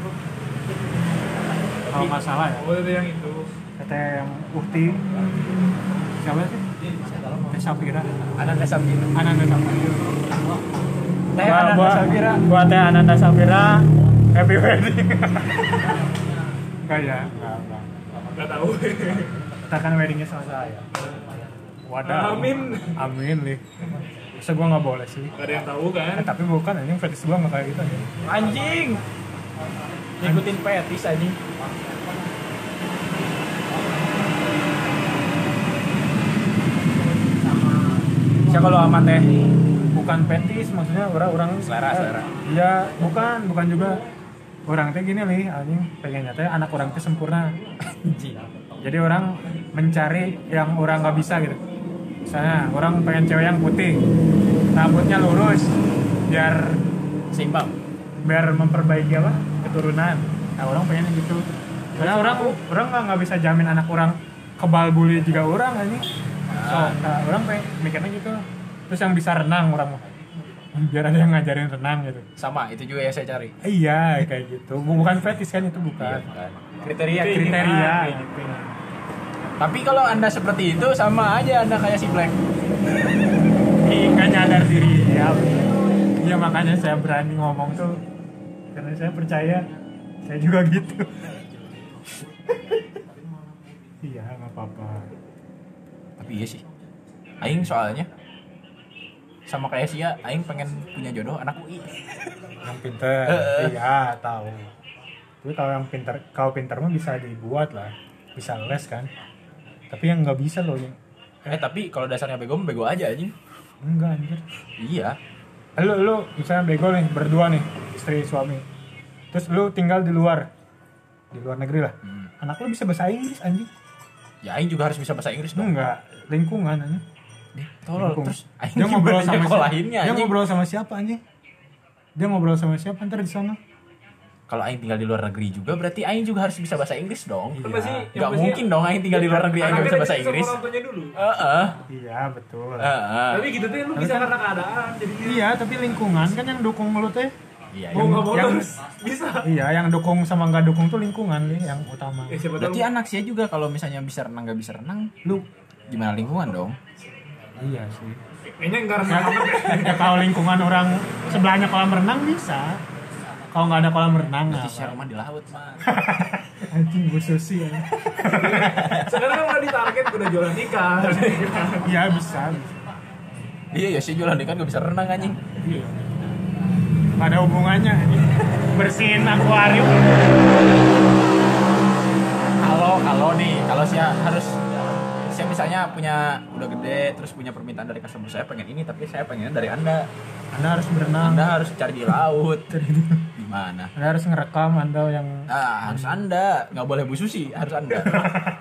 Kalau nggak salah ya. Oh itu yang itu. Teteh yang Uhti. Siapa sih? Teh Sapira. Ananda Sabina. Ananda Sapira. Teh Ananda Sabira. Buat Teh Ananda Sapira. Happy wedding. Enggak ya? Enggak. Gak tahu. Kita kan weddingnya sama saya. Wadah. Amin. Amin nih. Masa gua nggak boleh sih? Gak ada yang tahu kan. Tapi bukan anjing fetish gua nggak kayak gitu anjing. Anjing. Ngikutin petis anjing. Siapa lo amat teh? Bukan fetish maksudnya orang Selera. Iya, bukan juga. Orang teh gini nih, anjing pengennya teh anak orang teh sempurna. Anjing. Jadi orang mencari yang orang nggak bisa gitu. Misalnya orang pengen cewek yang putih, rambutnya lurus, biar Seimbang. memperbaiki apa keturunan. Nah orang pengen gitu. Karena orang nggak bisa jamin anak orang kebal buli juga orang anjing. So, orang pengen mikirnya gitu. Terus yang bisa renang orang mah. Biar ada yang ngajarin renang gitu. Sama, itu juga yang saya cari. Iya kayak gitu. Bukan fetish kan itu bukan. Kan. Kriteria. Kriteria Kayak gitu. Tapi kalau Anda seperti itu sama aja Anda kayak si Black. Nggak nyadar diri ya. Iya makanya saya berani ngomong tuh karena saya percaya saya juga gitu. Iya nggak apa-apa. Tapi iya sih. Aing soalnya sama kayak Sia, Aing pengen punya jodoh anak UI. Yang pinter, iya tahu. Tapi kalau pinter mah bisa dibuat lah, bisa les kan. Tapi yang nggak bisa loh yang Tapi kalau dasarnya bego bego aja anjing. enggak anjir. Iya. Lu misalnya bego nih berdua nih istri suami. Terus lu tinggal di luar negeri lah. Anak lu bisa bahasa Inggris anjing? Ya Aing juga harus bisa bahasa Inggris dong. Enggak, lingkungan anjing. Tolol Dikung. terus aing Dia ngobrol gimana sama nyekolahinnya, Dia anjing? ngobrol sama siapa anjing? Dia ngobrol sama siapa ntar di sana? Kalau aing tinggal di luar negeri juga berarti aing juga harus bisa bahasa Inggris dong. Iya. Kan pasti- Gak yang pasti- mungkin dong aing tinggal di luar negeri aing gak bisa bahasa Anaknya Inggris. sama orang tuanya dulu. Heeh. Iya, betul. Heeh. Tapi gitu tuh lu Tapi bisa kan- karena keadaan jadinya. Iya, tapi lingkungan kan yang dukung lu teh. Iya. Mau nggak mau yang- terus bisa. Iya, yang dukung sama nggak dukung tuh lingkungan nih yang utama. Siapa tahu. Berarti anak saya juga kalau misalnya bisa renang gak bisa renang, lu gimana lingkungan dong? Iya sih. Kayaknya enggak Ya, renang banget ya. ya kalau lingkungan orang sebelahnya kolam renang bisa. Kalau nggak ada kolam renang Berarti nggak. share rumah di laut mah. Anjing Bu Susi ya. Sekarang kan udah ditarget udah jualan ikan. Iya bisa. Iya ya sih jualan ikan gak bisa renang anjing. Iya. Nggak ada hubungannya. Bersihin akuarium. Kalau nih kalau saya harus saya misalnya punya udah gede terus punya permintaan dari customer saya pengen ini tapi saya pengennya dari Anda Anda harus berenang. harus cari di laut gimana Anda harus ngerekam Anda yang harus Anda nggak boleh Bu Susi harus Anda